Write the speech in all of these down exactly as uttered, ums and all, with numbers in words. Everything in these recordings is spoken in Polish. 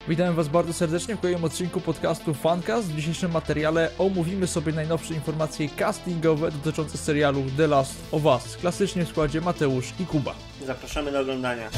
Witam Was bardzo serdecznie w kolejnym odcinku podcastu Fancast. W dzisiejszym materiale omówimy sobie najnowsze informacje castingowe dotyczące serialu The Last of Us. Klasycznie w składzie Mateusz i Kuba. Zapraszamy do oglądania.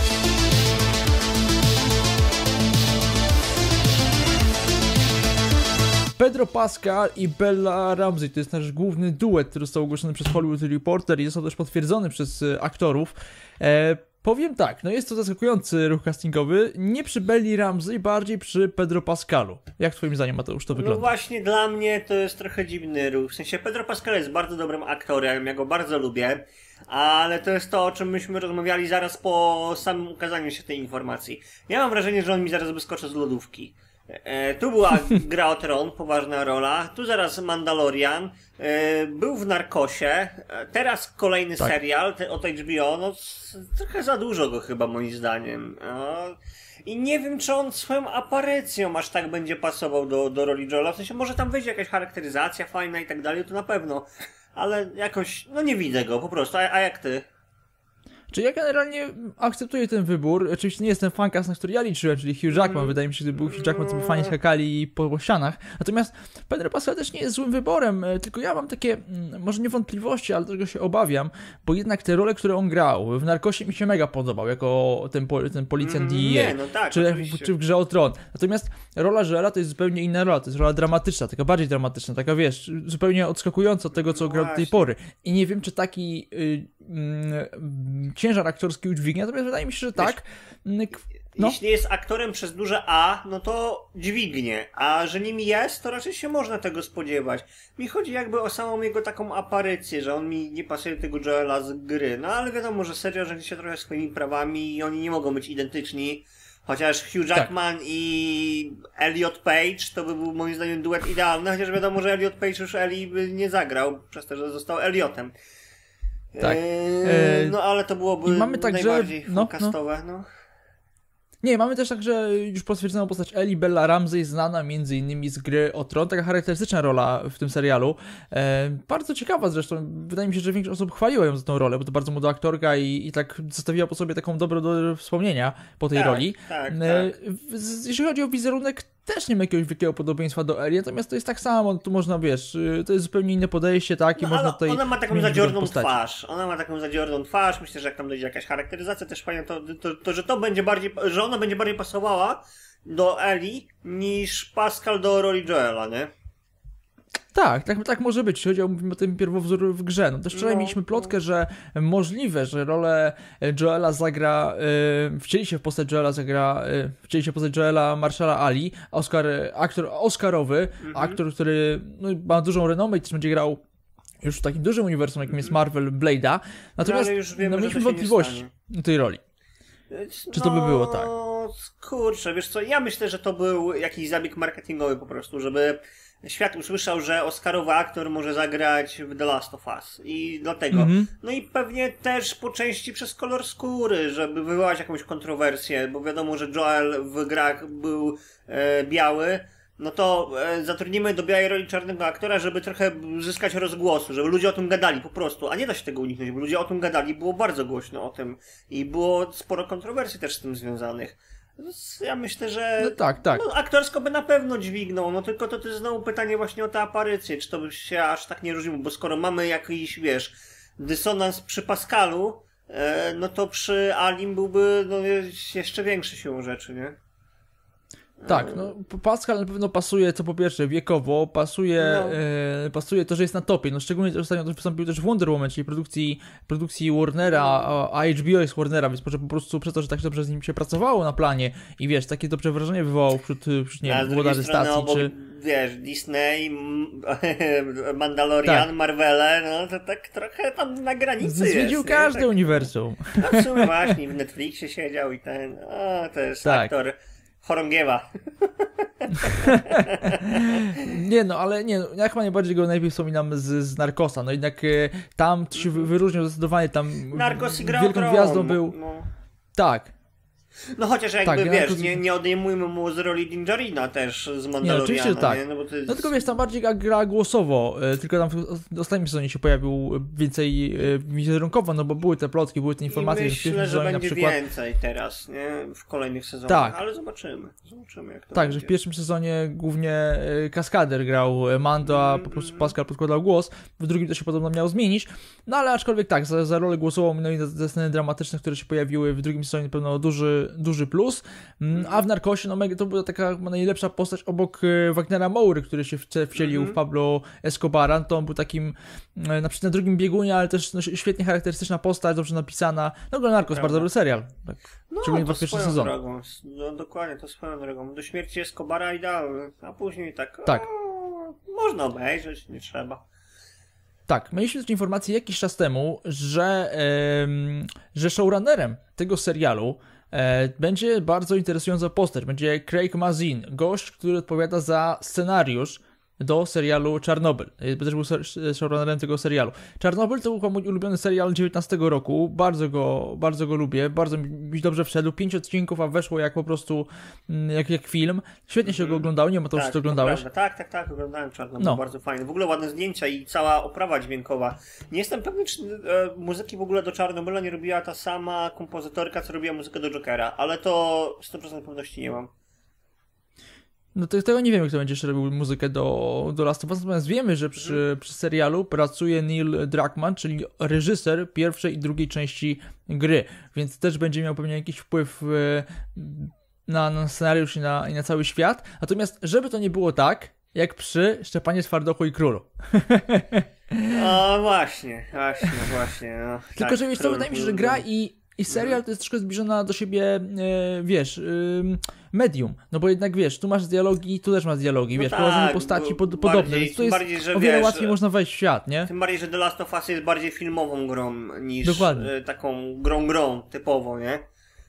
Pedro Pascal i Bella Ramsey to jest nasz główny duet, który został ogłoszony przez Hollywood Reporter i został też potwierdzony przez aktorów. E, powiem tak, no jest to zaskakujący ruch castingowy, nie przy Belli Ramsey, bardziej przy Pedro Pascalu. Jak twoim zdaniem, Mateusz, to wygląda? No właśnie dla mnie to jest trochę dziwny ruch, w sensie Pedro Pascal jest bardzo dobrym aktorem, ja go bardzo lubię, ale to jest to, o czym myśmy rozmawiali zaraz po samym ukazaniu się tej informacji. Ja mam wrażenie, że on mi zaraz wyskoczy z lodówki. E, tu była Gra o Tron, poważna rola, tu zaraz Mandalorian, e, był w Narcosie, e, teraz kolejny tak. serial te, od H B O, no trochę za dużo go chyba moim zdaniem. No. I nie wiem, czy on swoją aparycją aż tak będzie pasował do, do roli Joela, w sensie może tam wyjdzie jakaś charakteryzacja fajna i tak dalej, to na pewno, ale jakoś, no nie widzę go po prostu, a, a jak ty? Czy ja generalnie akceptuję ten wybór. Oczywiście nie jestem fancast, na który ja liczyłem, czyli Hugh Jackman. Mm. Wydaje mi się, że gdyby był Hugh Jackman, to by fani skakali po ścianach. Natomiast Pedro Pascal też nie jest złym wyborem, tylko ja mam takie, może nie wątpliwości, ale tego się obawiam, bo jednak te role, które on grał, w Narcosie mi się mega podobał, jako ten, ten policjant mm, D E A, nie, no tak, czy, czy w Grze o Tron. Natomiast rola Joela to jest zupełnie inna rola, to jest rola dramatyczna, taka bardziej dramatyczna, taka wiesz, zupełnie odskakująca od tego, co no grał do tej pory. I nie wiem, czy taki y, y, ciężar aktorski udźwignie, natomiast wydaje mi się, że tak. Wiesz, no. Jeśli jest aktorem przez duże A, no to dźwignie, a że nim jest, to raczej się można tego spodziewać. Mi chodzi jakby o samą jego taką aparycję, że on mi nie pasuje do tego Joela z gry, no ale wiadomo, że serial rządzi się trochę swoimi prawami i oni nie mogą być identyczni. Chociaż Hugh Jackman tak. i Elliot Page to by był moim zdaniem duet idealny, chociaż wiadomo, że Elliot Page już Eli by nie zagrał, przez to, że został Elliotem. Tak. Eee, no ale to byłoby mamy tak, najbardziej że... no, forecastowe, no. no. Nie, mamy też także już potwierdzoną postać Ellie Bella Ramsey, znana między innymi z Gry o Tron, taka charakterystyczna rola w tym serialu. E, bardzo ciekawa zresztą, wydaje mi się, że większość osób chwaliło ją za tą rolę, bo to bardzo młoda aktorka i, i tak zostawiła po sobie taką dobre do wspomnienia po tej tak, roli. Tak, e, tak. Jeżeli chodzi o wizerunek, też nie ma jakiegoś wielkiego podobieństwa do Ellie, natomiast to jest tak samo, tu można, wiesz, to jest zupełnie inne podejście, tak, i no, można tutaj... Ona ma taką zadziorną twarz, ona ma taką zadziorną twarz, myślę, że jak tam dojdzie jakaś charakteryzacja też fajna, to, to, to, że to będzie bardziej, że ona będzie bardziej pasowała do Ellie niż Pascal do roli Joela, nie? Tak, tak, tak może być, jeśli chodzi o, mówimy o tym pierwowzór w grze. No też wczoraj no, mieliśmy plotkę, no. że możliwe, że rolę Joela zagra, yy, wcieli się w postać Joela zagra, yy, wcieli się w postać Joela Marshalla Ali, Oscar, aktor oscarowy, mm-hmm. aktor, który no, ma dużą renomę i też będzie grał już w takim dużym uniwersum, jakim mm-hmm. jest Marvel, Blade'a. Natomiast no, już wiemy, no, mieliśmy wątpliwości tej roli. Czy to by było tak? Kurczę, wiesz co, ja myślę, że to był jakiś zabieg marketingowy po prostu, żeby świat usłyszał, że oscarowy aktor może zagrać w The Last of Us i dlatego. Mm-hmm. No i pewnie też po części przez kolor skóry, żeby wywołać jakąś kontrowersję, bo wiadomo, że Joel w grach był e, biały, no to e, zatrudnimy do białej roli czarnego aktora, żeby trochę zyskać rozgłosu, żeby ludzie o tym gadali po prostu, a nie da się tego uniknąć, bo ludzie o tym gadali, było bardzo głośno o tym i było sporo kontrowersji też z tym związanych. Ja myślę, że no tak, tak. No, aktorsko by na pewno dźwignął, no tylko to, to jest znowu pytanie właśnie o tę aparycję, czy to by się aż tak nie różniło, bo skoro mamy jakiś, wiesz, dysonans przy Pascalu, e, no to przy Alim byłby no, jeszcze większy siłą rzeczy, nie? Tak, no Pascal na pewno pasuje, co po pierwsze wiekowo, pasuje, no. e, pasuje to, że jest na topie, no szczególnie to ostatnio wystąpił też w Wonder Woman, czyli produkcji, produkcji Warnera, a, a H B O jest Warnera, więc może po prostu przez to, że tak dobrze z nim się pracowało na planie i wiesz, takie dobrze wrażenie wywołał wśród, wśród nie wiem, włodarzy stacji, obok, czy... wiesz, Disney, Mandalorian, tak. Marvele, no to tak trochę tam na granicy zwiedził jest. każdy tak, uniwersum. No w sumie właśnie, w Netflixie siedział i ten, o, to jest tak. aktor... Chorągiewa. Nie no, ale nie, no, ja chyba najbardziej go najpierw wspominam z, z Narcosa, no jednak e, tam się wyróżniał zdecydowanie, tam Narcos i Gra wielką Tron, gwiazdą był, no. tak, No chociaż jakby, tak, wiesz, to... nie, nie odejmujmy mu z roli Dingerina też z Mandaloriana. Nie, oczywiście, że tak. Nie? No, bo to jest... no tylko wiesz, tam bardziej gra głosowo, tylko tam w ostatnim sezonie się pojawił więcej wizerunkowo, no bo były te plotki, były te informacje. I myślę, że, że będzie na przykład... więcej teraz, nie? W kolejnych sezonach, tak. Ale zobaczymy. Zobaczymy, jak to Tak, będzie. że w pierwszym sezonie głównie Kaskader grał Mando, a mm, po prostu Pascal podkładał głos, w drugim to się podobno miało zmienić, no ale aczkolwiek tak, za, za rolę głosową, no i te sceny dramatyczne, które się pojawiły w drugim sezonie, na pewno duży, duży plus, a w Narcosie, no to była taka najlepsza postać obok Wagnera Moury, który się wcielił mm-hmm. w Pablo Escobara, to on był takim na przykład na drugim biegunie, ale też no, świetnie charakterystyczna postać, dobrze napisana, no Narcos, bardzo dobry serial, tak, no, szczególnie w pierwszy sezon. Drogą. No dokładnie, to swoją drogą, do śmierci Escobara idealny, a później tak, tak. O, można obejrzeć, nie trzeba. Tak, mieliśmy też informację jakiś czas temu, że, yy, że showrunnerem tego serialu e, będzie bardzo interesująca postać. Będzie Craig Mazin, gość, który odpowiada za scenariusz do serialu Czarnobyl. Też był showrunnerem tego serialu. Czarnobyl to był mój ulubiony serial dziewiętnastego roku. Bardzo go, bardzo go lubię. Bardzo mi dobrze wszedł. Pięć odcinków, a weszło jak po prostu jak, jak film. Świetnie się go oglądało. Nie ma to, tak, czy to oglądałeś? To tak, tak, tak. Oglądałem Czarnobyl. No. Bardzo fajny. W ogóle ładne zdjęcia i cała oprawa dźwiękowa. Nie jestem pewny, czy e, muzyki w ogóle do Czarnobyla nie robiła ta sama kompozytorka, co robiła muzykę do Jokera. Ale to sto procent pewności nie mam. No to tego nie wiemy, kto będzie jeszcze robił muzykę do, do Last of Us, natomiast wiemy, że przy, przy serialu pracuje Neil Druckmann, czyli reżyser pierwszej i drugiej części gry, więc też będzie miał pewnie jakiś wpływ na, na scenariusz i na, i na cały świat, natomiast żeby to nie było tak, jak przy Szczepanie Twardochu i Królu. No właśnie, właśnie, właśnie. No, tylko, tak, że wiesz co, wydaje mi się, że gra i I serial to jest troszkę zbliżona do siebie, e, wiesz, y, medium. No bo jednak, wiesz, tu masz dialogi, tu też masz dialogi, no wiesz, tak, prowadzenie postaci pod, bardziej, podobne, więc to jest bardziej, że o wiele wiesz, łatwiej można wejść w świat, nie? Tym bardziej, że The Last of Us jest bardziej filmową grą niż Dokładnie. taką grą-grą typową, nie?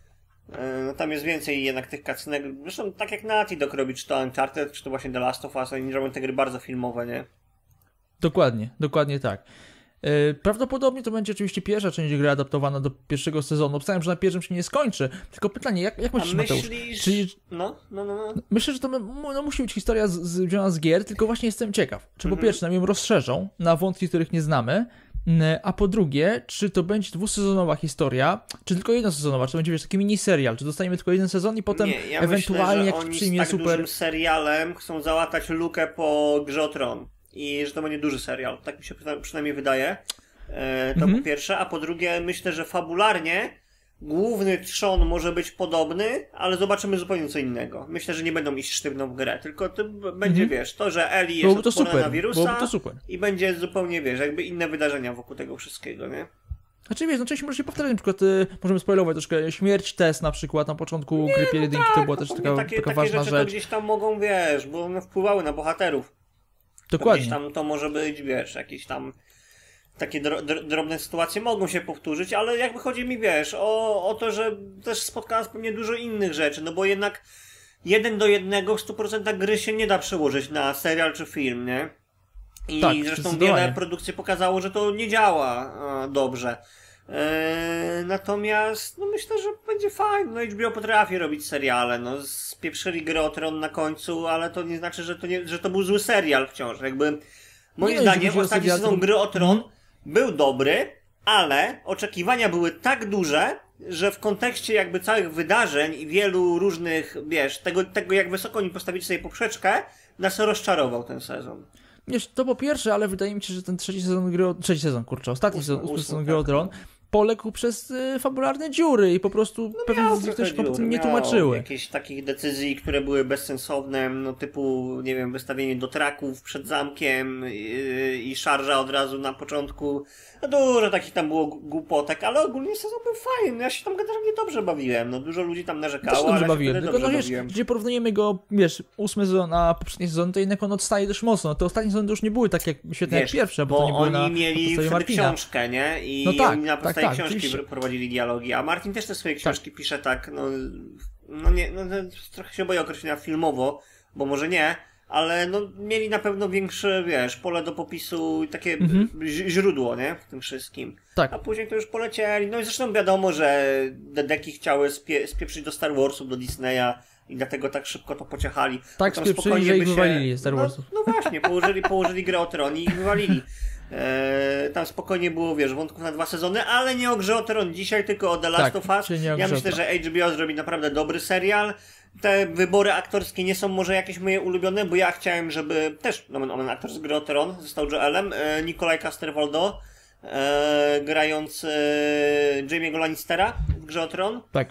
No tam jest więcej jednak tych cutscenek. Zresztą tak jak Naughty Dog robi, czy to Uncharted, czy to właśnie The Last of Us, oni robią te gry bardzo filmowe, nie? Dokładnie, dokładnie tak. Prawdopodobnie to będzie oczywiście pierwsza część gry adaptowana do pierwszego sezonu. Obstawiam, że na pierwszym się nie skończy. Tylko pytanie, jak, jak myślisz, Mateusz? Czyli... No, no, no, no. Myślę, że to no, musi być historia związana z, z gier, tylko właśnie jestem ciekaw. Czy mhm. po pierwsze nam ją rozszerzą na wątki, których nie znamy, a po drugie, czy to będzie dwusezonowa historia, czy tylko jednosezonowa, czy to będzie wiesz, taki mini-serial, czy dostaniemy tylko jeden sezon i potem nie, ja ewentualnie myślę, jak to przyjmie z tak super... dużym serialem chcą załatać lukę po Grze o Tron. I że to będzie duży serial. Tak mi się przynajmniej wydaje. E, to mm-hmm. po pierwsze. A po drugie, myślę, że fabularnie główny trzon może być podobny, ale zobaczymy zupełnie co innego. Myślę, że nie będą iść sztywną w grę, tylko to będzie, mm-hmm. wiesz, to, że Ellie jest odporna na wirusa to super. I będzie zupełnie, wiesz, jakby inne wydarzenia wokół tego wszystkiego, nie? Znaczy wiesz, no część może się powtarzać, na przykład y, możemy spoilować troszkę, śmierć Tess na przykład na początku nie, gry no jedynki, tak, to była też taka, takie, taka takie ważna rzeczy rzecz. To gdzieś tam mogą, wiesz, bo one wpływały na bohaterów. Dokładnie. Gdzieś tam to może być, wiesz, jakieś tam takie dro, dro, drobne sytuacje mogą się powtórzyć, ale jakby chodzi mi, wiesz, o, o to, że też spotkałem pewnie dużo innych rzeczy, no bo jednak jeden do jednego w stu procentach gry się nie da przełożyć na serial czy film, nie? I tak, zresztą wiele produkcji pokazało, że to nie działa a, dobrze. Eee, natomiast no myślę, że będzie fajnie. No H B O potrafi robić seriale, no spieprzyli Grę o Tron na końcu, ale to nie znaczy, że to, nie, że to był zły serial wciąż. Jakby moim nie, zdaniem ostatni sezon to... Gry o Tron hmm. był dobry, ale oczekiwania były tak duże, że w kontekście jakby całych wydarzeń i wielu różnych, wiesz, tego, tego jak wysoko oni postawili sobie poprzeczkę, nas rozczarował ten sezon. Wiesz, to po pierwsze, ale wydaje mi się, że ten trzeci sezon gry o... Trzeci sezon, kurczę, ostatni sezon, ósmy sezon gry o Tron poległ przez y, fabularne dziury i po prostu no pewne z nich też kompletnie nie tłumaczyły. Jakieś takich decyzji, które były bezsensowne, no typu, nie wiem, wystawienie do traków przed zamkiem yy, i szarża od razu na początku. No dużo takich tam było głupotek, ale ogólnie sezon był fajny. Ja się tam generalnie dobrze bawiłem. No dużo ludzi tam narzekało, też dobrze ale bawiłem. się Tylko dobrze no wiesz, bawiłem. gdzie porównujemy go, wiesz, ósmy sezon a poprzedni sezon, to jednak on odstaje dość mocno. Te ostatnie sezony już nie były tak jak świetne wiesz, jak pierwsze, bo, bo to nie były na, oni mieli na wtedy książkę, nie? I no tak, oni na podstawie tak, tak, książki oczywiście. prowadzili dialogi, a Martin też te swoje książki tak. pisze tak, no, no nie, no, trochę się boję określenia filmowo, bo może nie, ale no mieli na pewno większe, wiesz, pole do popisu, takie Mhm. źródło, nie? W tym wszystkim. Tak. A później to już polecieli. No i zresztą wiadomo, że Dedeki chciały spie spieprzyć do Star Warsów, do Disneya i dlatego tak szybko to pociechali. Tak Potem spieprzyli, spokojnie że ich by się- wywalili Star no, Warsów. no właśnie, położyli, położyli grę o Tron i ich wywalili. Eee, tam spokojnie było, wiesz, wątków na dwa sezony, ale nie o grze o Tron dzisiaj, tylko o The Last Tak, of Us. czyli nie o Ja grze o myślę, Tron. że H B O zrobi naprawdę dobry serial. Te wybory aktorskie nie są może jakieś moje ulubione, bo ja chciałem, żeby też, no men aktor z gry o Tron został Joelem, e, Nikolaj Caster-Waldau, e, grając e, Jamie'ego Lannistera w grze o Tron. Tak.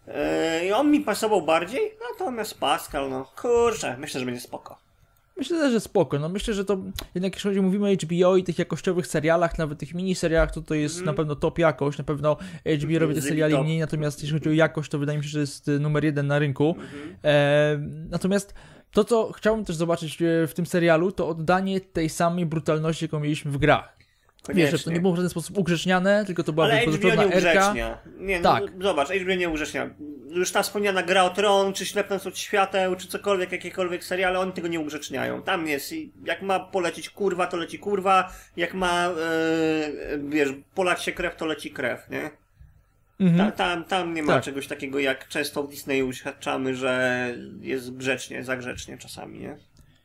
E, I on mi pasował bardziej, natomiast Pascal, no kurczę, myślę, że będzie spoko. Myślę też, że spoko. No myślę, że to jednak jeśli chodzi, mówimy o H B O i tych jakościowych serialach, nawet tych miniserialach, to to jest Mhm. na pewno top jakość. Na pewno H B O robi te Zyli seriali top. mniej, natomiast jeśli chodzi o jakość, to wydaje mi się, że jest y, numer jeden na rynku. Mhm. E, natomiast to, co chciałbym też zobaczyć e, w tym serialu, to oddanie tej samej brutalności, jaką mieliśmy w grach. Wiesz, że to nie było w żaden sposób ugrzeczniane, tylko to była Ale H B O pozytywna nie erka. ugrzecznia. Nie, no, Tak. zobacz, H B O nie ugrzecznia. Już ta wspomniana gra o Tron, czy Ślepnąc od świateł, czy cokolwiek, jakiekolwiek seriale, oni tego nie ugrzeczniają. Tam jest, i jak ma polecieć kurwa, to leci kurwa, jak ma, e, wiesz, polać się krew, to leci krew, nie? Mhm. Ta, tam, tam nie ma Tak. czegoś takiego, jak często w Disneyu uświadczamy, że jest grzecznie, za grzecznie czasami, nie?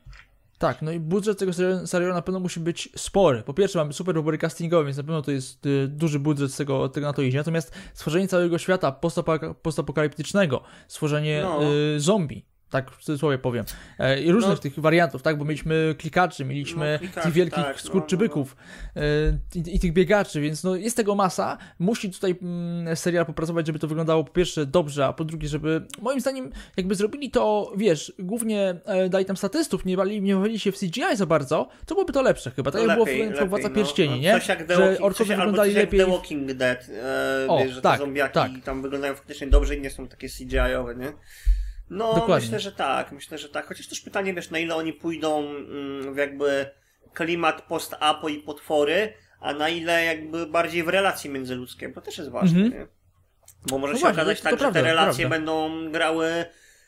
Tak, no i budżet tego serialu, serialu na pewno musi być spory. Po pierwsze, mamy super wybory castingowe, więc na pewno to jest y, duży budżet z tego, tego na to idzie. Natomiast stworzenie całego świata postapa- postapokaliptycznego, stworzenie No. y, zombie, tak w cudzysłowie powiem, e, i różnych No. tych wariantów, tak, bo mieliśmy klikaczy, mieliśmy No, klikaczy, tych wielkich tak, no, skurczybyków y, i, i tych biegaczy, więc no jest tego masa. Musi tutaj mm, serial popracować, żeby to wyglądało po pierwsze dobrze, a po drugie, żeby moim zdaniem jakby zrobili to, wiesz, głównie e, dali tam statystów, nie bali, nie bawili się w C G I za bardzo, to byłoby to lepsze chyba. Tak No jak było lepiej, w lepiej, Władca no. Pierścieni, No, nie? Coś jak The Że Walking, orkowie coś, albo wyglądali coś jak lepiej. The Walking Dead, e, O, wiesz, że tak, te zombiaki tak. tam wyglądają faktycznie dobrze i nie są takie C G I-owe, nie? No, Dokładnie. myślę, że tak, myślę, że tak. Chociaż też pytanie, wiesz, na ile oni pójdą mm, w jakby klimat post-apo i potwory, a na ile jakby bardziej w relacje międzyludzkie, bo to też jest ważne, Mhm. nie? Bo może No się właśnie, okazać to- tak, to że prawda, te relacje prawda. będą grały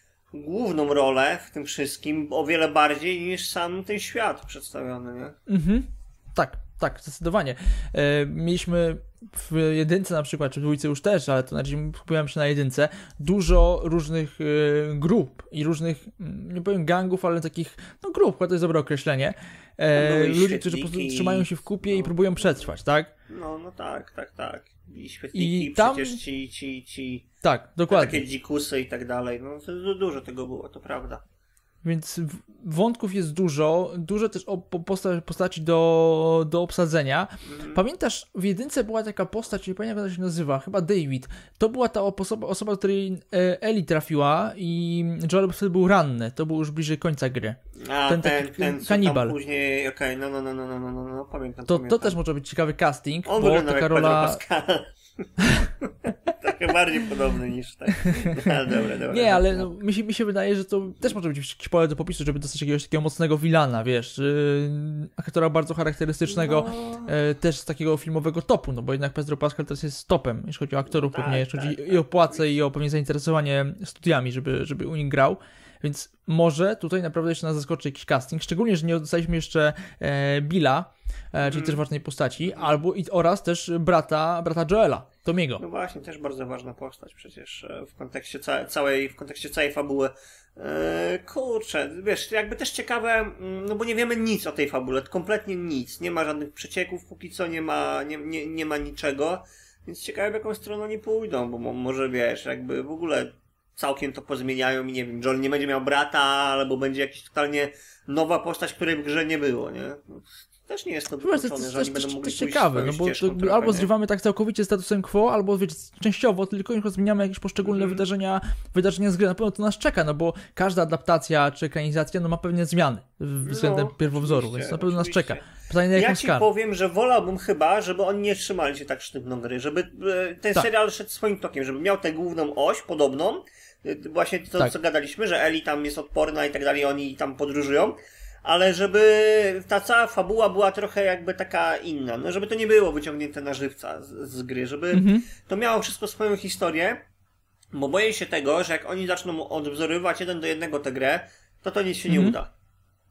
główną rolę w tym wszystkim, o wiele bardziej niż sam ten świat przedstawiony, nie? Mhm. Tak, tak, zdecydowanie. E, mieliśmy w jedynce na przykład, czy w dwójce już też, ale to na razie skupiłem się na jedynce, dużo różnych e, grup i różnych, mm, nie powiem gangów, ale takich, no grup, chyba to jest dobre określenie, e, No, były ludzi, którzy po prostu świetliki, trzymają się w kupie i no. próbują przetrwać, tak? No, no tak, tak, tak. I świetliki, I tam- przecież ci, ci, ci Tak, dokładnie. takie dzikusy i tak dalej. No, to, to dużo tego było, to prawda. Więc w- wątków jest dużo, dużo też o, po- posta- postaci do, do obsadzenia. Mhm. Pamiętasz, w jedynce była taka postać, nie pamiętam jak ona się nazywa, chyba David. To była ta osoba, osoba do której e, Ellie trafiła i Joel wtedy był ranny. To był już bliżej końca gry. A, ten ten, taki ten, co kanibal. tam później, okej, no, no, no, no, no, no, no, no, pamiętam, To, pamiętam. to też może być ciekawy casting, On bo wyglądał taka jak Pedro rola... Pascal. Trochę bardziej podobny niż tak. No, dobra, dobra. Nie, ale no, mi, się, mi się wydaje, że to też może być jakieś pole do popisu, żeby dostać jakiegoś takiego mocnego vilana, wiesz, yy, aktora bardzo charakterystycznego, No. e, też z takiego filmowego topu, no bo jednak Pedro Pascal teraz jest topem, jeśli chodzi o aktorów, Tak, pewnie, jeśli chodzi tak, i o tak, płacę, i o pewnie zainteresowanie studiami, żeby, żeby u nich grał, więc może tutaj naprawdę jeszcze nas zaskoczy jakiś casting, szczególnie, że nie dostaliśmy jeszcze e, Billa, e, czyli Mm. też ważnej postaci, albo i, oraz też brata, brata Joela, Tomiego. No właśnie, też bardzo ważna postać przecież e, w kontekście ca- całej, w kontekście całej fabuły. E, kurczę, wiesz, jakby też ciekawe, mm, no bo nie wiemy nic o tej fabule, kompletnie nic. Nie ma żadnych przecieków, póki co nie ma, nie, nie, nie ma niczego, więc ciekawe w jaką stronę oni pójdą, bo mo- może wiesz, jakby w ogóle całkiem to pozmieniają i nie wiem, Joel nie będzie miał brata, albo będzie jakaś totalnie nowa postać, której w grze nie było, nie? No, też nie jest to Chyba to wykluczone, jest że też, oni też, będą mogli też pójść ciekawe, swoją no bo to ścieżką jakby trochę, albo nie? zrywamy tak całkowicie statusem quo, albo wiecie, częściowo, tylko już zmieniamy jakieś poszczególne Mhm. wydarzenia, wydarzenia z gry. Na pewno to nas czeka, no bo każda adaptacja czy ekranizacja no, ma pewne zmiany w- względem No, pierwowzoru, oczywiście, więc na pewno nas oczywiście. czeka. Pytanie na jaką Ja ci skalę. powiem, że wolałbym chyba, żeby oni nie trzymali się tak sztywno gry, żeby e, ten Tak. serial szedł swoim tokiem, żeby miał tę główną oś podobną, e, właśnie to, Tak. co gadaliśmy, że Ellie tam jest odporna i tak dalej, oni tam podróżują, ale żeby ta cała fabuła była trochę jakby taka inna, no żeby to nie było wyciągnięte na żywca z, z gry, żeby Mhm. to miało wszystko swoją historię, bo boję się tego, że jak oni zaczną odwzorowywać jeden do jednego tę grę, to to nic się nie Mhm. uda.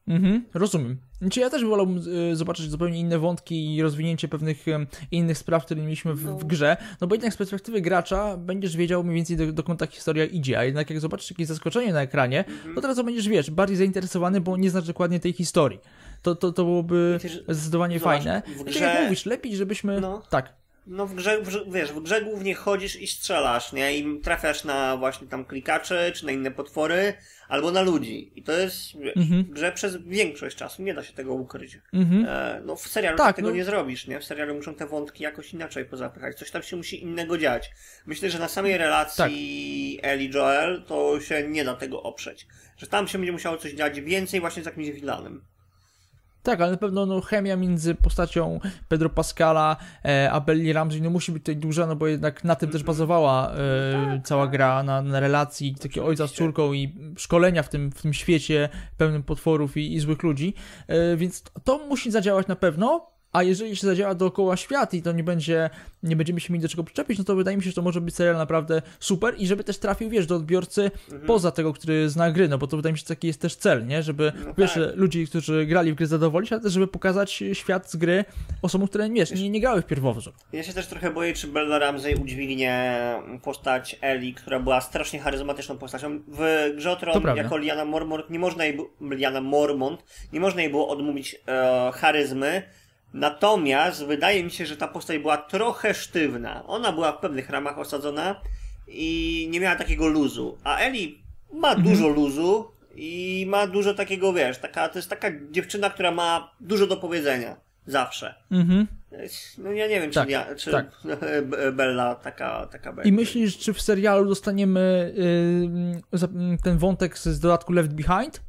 Mhm, rozumiem. Znaczy ja też wolałbym y, zobaczyć zupełnie inne wątki i rozwinięcie pewnych y, innych spraw, które mieliśmy w, No. w grze, no bo jednak z perspektywy gracza będziesz wiedział mniej więcej do, dokąd ta historia idzie, a jednak jak zobaczysz jakieś zaskoczenie na ekranie, Mhm. to teraz będziesz, wiesz, bardziej zainteresowany, bo nie znasz dokładnie tej historii. To, to, to byłoby I też- zdecydowanie zobacz, fajne. w I tak grze- jak mówisz, lepiej, żebyśmy... No. Tak. No w grze, w, grze- wiesz, w grze głównie chodzisz i strzelasz, nie? I trafiasz na właśnie tam klikaczy, czy na inne potwory, albo na ludzi. I to jest, wiesz, Mhm. w grze przez większość czasu, nie da się tego ukryć. Mhm. E, no w serialu Tak, tego no. nie zrobisz, nie? W serialu muszą te wątki jakoś inaczej pozapychać. Coś tam się musi innego dziać. Myślę, że na samej relacji Tak. Ellie Joel to się nie da tego oprzeć. Że tam się będzie musiało coś dziać więcej właśnie z jakimś villanem. Tak, ale na pewno no, chemia między postacią Pedro Pascala e, a Belli Ramsey no, musi być tutaj duża, no bo jednak na tym też bazowała e, cała gra, na, na relacji takiego ojca z córką i szkolenia w tym, w tym świecie pełnym potworów i, i złych ludzi, e, więc to musi zadziałać na pewno. A jeżeli się zadziała dookoła świat i to nie będzie, nie będziemy się mieli do czego przyczepić, no to wydaje mi się, że to może być serial naprawdę super i żeby też trafił, wiesz, do odbiorcy Mhm. poza tego, który zna gry, no bo to wydaje mi się, że taki jest też cel, nie? Żeby, No wiesz, tak. ludzi, którzy grali w gry zadowolić, ale też żeby pokazać świat z gry osobom, które, wiesz, nie, nie grały w pierwowzór. Ja się też trochę boję, czy Bella Ramsey udźwignie postać Ellie, która była strasznie charyzmatyczną postacią. W grze o To Tron prawda. jako Lyanna Mormont nie można jej, bu- Lyanna Mormont, nie można jej było odmówić e, charyzmy. Natomiast wydaje mi się, że ta postać była trochę sztywna. Ona była w pewnych ramach osadzona i nie miała takiego luzu. A Ellie ma Mhm. dużo luzu i ma dużo takiego, wiesz, taka, to jest taka dziewczyna, która ma dużo do powiedzenia. Zawsze. Mhm. No ja nie wiem, czy, Tak, ja, czy tak. Bella taka, taka będzie. I myślisz, czy w serialu dostaniemy yy, za- ten wątek z, z dodatku Left Behind?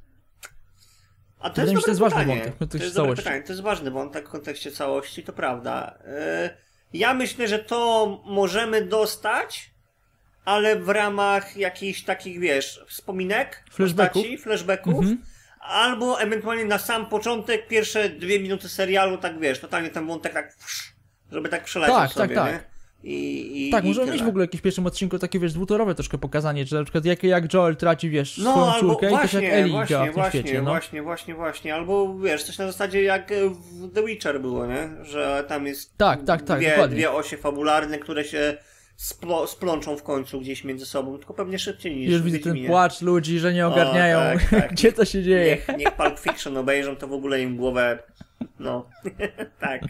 A to Wydaje jest, mi się, to jest dobre ważny pytanie. wątek w To kontekście jest dobre całości. pytanie. To jest ważny wątek w kontekście całości, to prawda. Yy, Ja myślę, że to możemy dostać, ale w ramach jakichś takich, wiesz, wspominek, Flashbacków? postaci, flashbacków, Mhm. albo ewentualnie na sam początek, pierwsze dwie minuty serialu, tak wiesz, totalnie ten wątek tak, żeby tak przeleciał Tak, sobie, tak, tak. nie? I, i, Tak, i możemy tyle. mieć w ogóle jakieś w pierwszym odcinku takie, wiesz, dwutorowe troszkę pokazanie, czy na przykład jak, jak Joel traci, wiesz, No, swoją albo córkę i też jak właśnie, Ellie właśnie, działa w tym właśnie, świecie, no. właśnie, właśnie, właśnie, albo wiesz, coś na zasadzie jak w The Witcher było, nie? Że tam jest Tak, tak, tak, dwie, dokładnie. dwie osie fabularne, które się splo, splączą w końcu gdzieś między sobą, tylko pewnie szybciej niż Już w widzę ten Wiedźminie. płacz ludzi, że nie O, ogarniają, tak, tak. gdzie to się dzieje. Niech, niech Pulp Fiction obejrzą, to w ogóle im głowę, no, tak.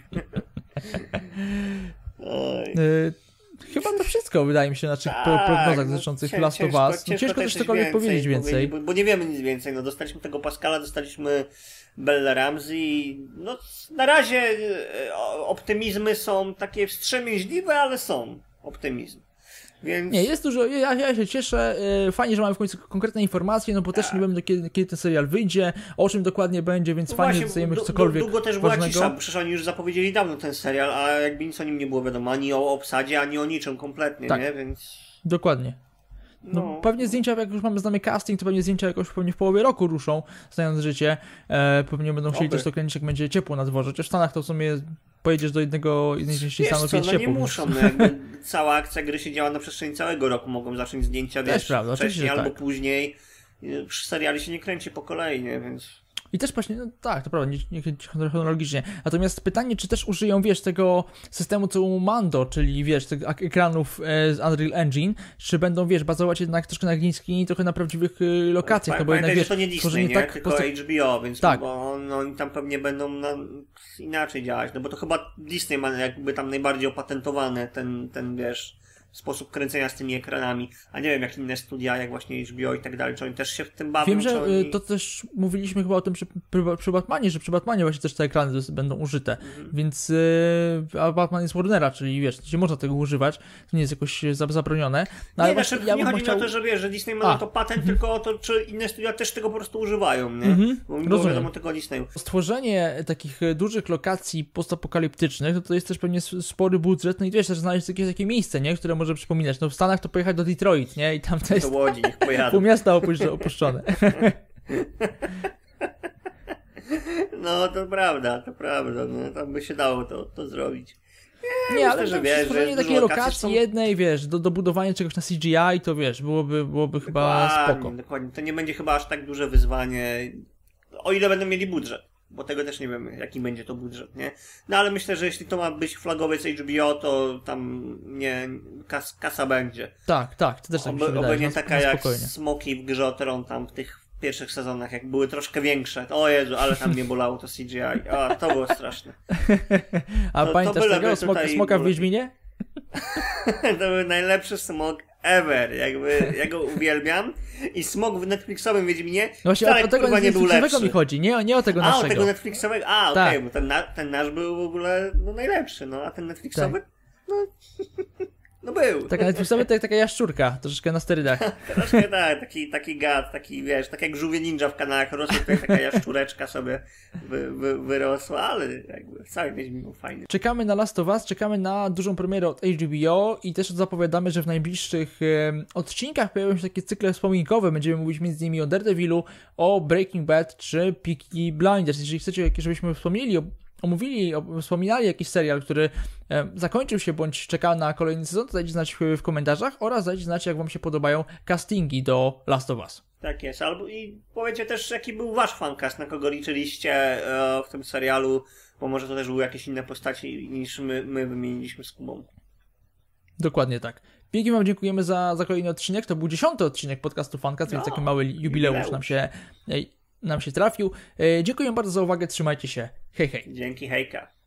Oj. Y, Chyba to wszystko, wydaje mi się, na naszych pro- Tak, prognozach no, dotyczących cię- Last of ciężko- Us. No, ciężko tutaj też coś cokolwiek powiedzieć więcej. Bo, bo nie wiemy nic więcej. No, dostaliśmy tego Pascala, dostaliśmy Bella Ramsey. No, na razie e, o- optymizmy są takie wstrzemięźliwe, ale są optymizm. Więc Nie, jest dużo, ja, ja się cieszę, y, fajnie, że mamy w końcu konkretne informacje, no bo też Tak. nie wiemy, kiedy, kiedy ten serial wyjdzie, o czym dokładnie będzie, więc no fajnie właśnie, dostajemy du- cokolwiek Długo też była ważnego. cisza, bo przecież oni już zapowiedzieli dawno ten serial, a jakby nic o nim nie było wiadomo, ani o obsadzie, ani o niczym kompletnie, Tak. nie? Więc Dokładnie. No, no, pewnie zdjęcia, jak już mamy znamy casting, to pewnie zdjęcia jakoś pewnie w połowie roku ruszą, znając życie. E, pewnie będą chcieli Oby. też to kręcić, jak będzie ciepło na dworze. Chociaż w Stanach to w sumie pojedziesz do jednego, jednej części wiesz Stanów co, jest no nie ciepło. muszą, no jakby cała akcja gry się działa na przeszeni całego roku, mogą zacząć zdjęcia, Też wiesz, prawda, oczywiście, wcześniej że albo tak. później. Przy seriali się nie kręci po kolei, nie, więc... I też właśnie, no tak, to prawda, nie, nie kręci chronologicznie. Natomiast pytanie, czy też użyją, wiesz, tego systemu co u Mando, czyli wiesz, tych ak- ekranów e, z Unreal Engine, czy będą, wiesz, bazować jednak troszkę na green screen i trochę na prawdziwych y, lokacjach, no bo jednak, Pamiętaj, wiesz, że to nie Disney, tworzenie nie? tak Tylko posta- H B O, więc Tak. bo on, oni tam pewnie będą na, inaczej działać, no bo to chyba Disney ma jakby tam najbardziej opatentowane ten, ten wiesz, sposób kręcenia z tymi ekranami, a nie wiem jak inne studia, jak właśnie H B O i tak dalej, czy oni też się w tym bawią, Wiem, czy że oni... y, to też mówiliśmy chyba o tym przy, przy, przy Batmanie, że przy Batmanie właśnie też te ekrany dos- będą użyte, Mhm. więc y, a Batman jest Warnera, czyli wiesz, nie można tego używać, to nie jest jakoś za- zabronione. No, Nie, właśnie znaczy, nie bym chodzi chciał... mi o to, że wiesz, że Disney ma A. na to patent, tylko o to, czy inne studia też tego po prostu używają, nie? Mhm, Bo mi było rozumiem. wiadomo tego o Disneyu. Stworzenie takich e, dużych lokacji postapokaliptycznych, no to jest też pewnie s- spory budżet, no i wiesz, też znaleźć jakieś takie miejsce, nie, które może przypominać. No w Stanach to pojechać do Detroit, nie, i tam to Do jest Łodzi, niech pół pojadą. miasta opusz- opuszczone. No, to prawda, to prawda, no, tam by się dało to, to zrobić. Nie, myślę, ale że tak wiesz, że stworzenie jest takiej dużo lokacji, lokacji są- jednej, wiesz, do, do budowania czegoś na C G I, to wiesz, byłoby, byłoby chyba Dokładnie, spoko. Dokładnie, to nie będzie chyba aż tak duże wyzwanie. o ile będą mieli budżet, bo tego też nie wiemy, jaki będzie to budżet, nie? No ale myślę, że jeśli to ma być flagowiec H B O, to tam nie, kas, kasa będzie. Tak, tak, to też tak mi się Oby, wydaje. oby nie na, taka na jak spokojnie. Smoki w grze o Tron tam w tych pierwszych sezonach, jak były troszkę większe. O Jezu, ale tam mnie bolało to C G I. A, to było straszne. A to, pamiętasz to tego smok, smoka w Wiedźminie? To był najlepszy smok ever. Jakby, ja go uwielbiam. I smok w Netflixowym Wiedźminie No właśnie wcale o, o tego kurwa nie był Netflixowego lepszy. mi chodzi, nie, nie o tego A, naszego. o tego Netflixowego? A, okej, Tak. okay, bo ten, na, ten nasz był w ogóle no, najlepszy, no, a ten Netflixowy? Tak. No, no był. Taka Netflixowy to jak taka jaszczurka, troszeczkę na sterydach. Troszkę tak, taki, taki gad, taki wiesz, tak jak żółwie ninja w kanałach rosły, tutaj taka jaszczureczka sobie wy, wy, wyrosła, ale jakby cały Wiedźmin był fajny. Czekamy na Last of Us, czekamy na dużą premierę od H B O i też zapowiadamy, że w najbliższych e, odcinkach pojawią się takie cykle wspominkowe. Będziemy mówić między innymi o Daredevilu, o Breaking Bad czy Peaky Blinders. Jeżeli chcecie, żebyśmy wspomnieli o omówili, wspominali jakiś serial, który e, zakończył się bądź czeka na kolejny sezon, to dajcie znać w, w komentarzach oraz dajcie znać, jak wam się podobają castingi do Last of Us. Tak jest, albo i powiedzcie też, jaki był wasz fancast, na kogo liczyliście e, w tym serialu, bo może to też były jakieś inne postaci niż my, my wymieniliśmy z Kubą. Dokładnie tak. Pięknie wam dziękujemy za, za kolejny odcinek. To był dziesiąty odcinek podcastu Fancast, No, więc taki mały jubileusz, jubileusz. nam się, nam się trafił. E, dziękuję bardzo za uwagę, trzymajcie się. Hej, hej. Dzięki, hejka.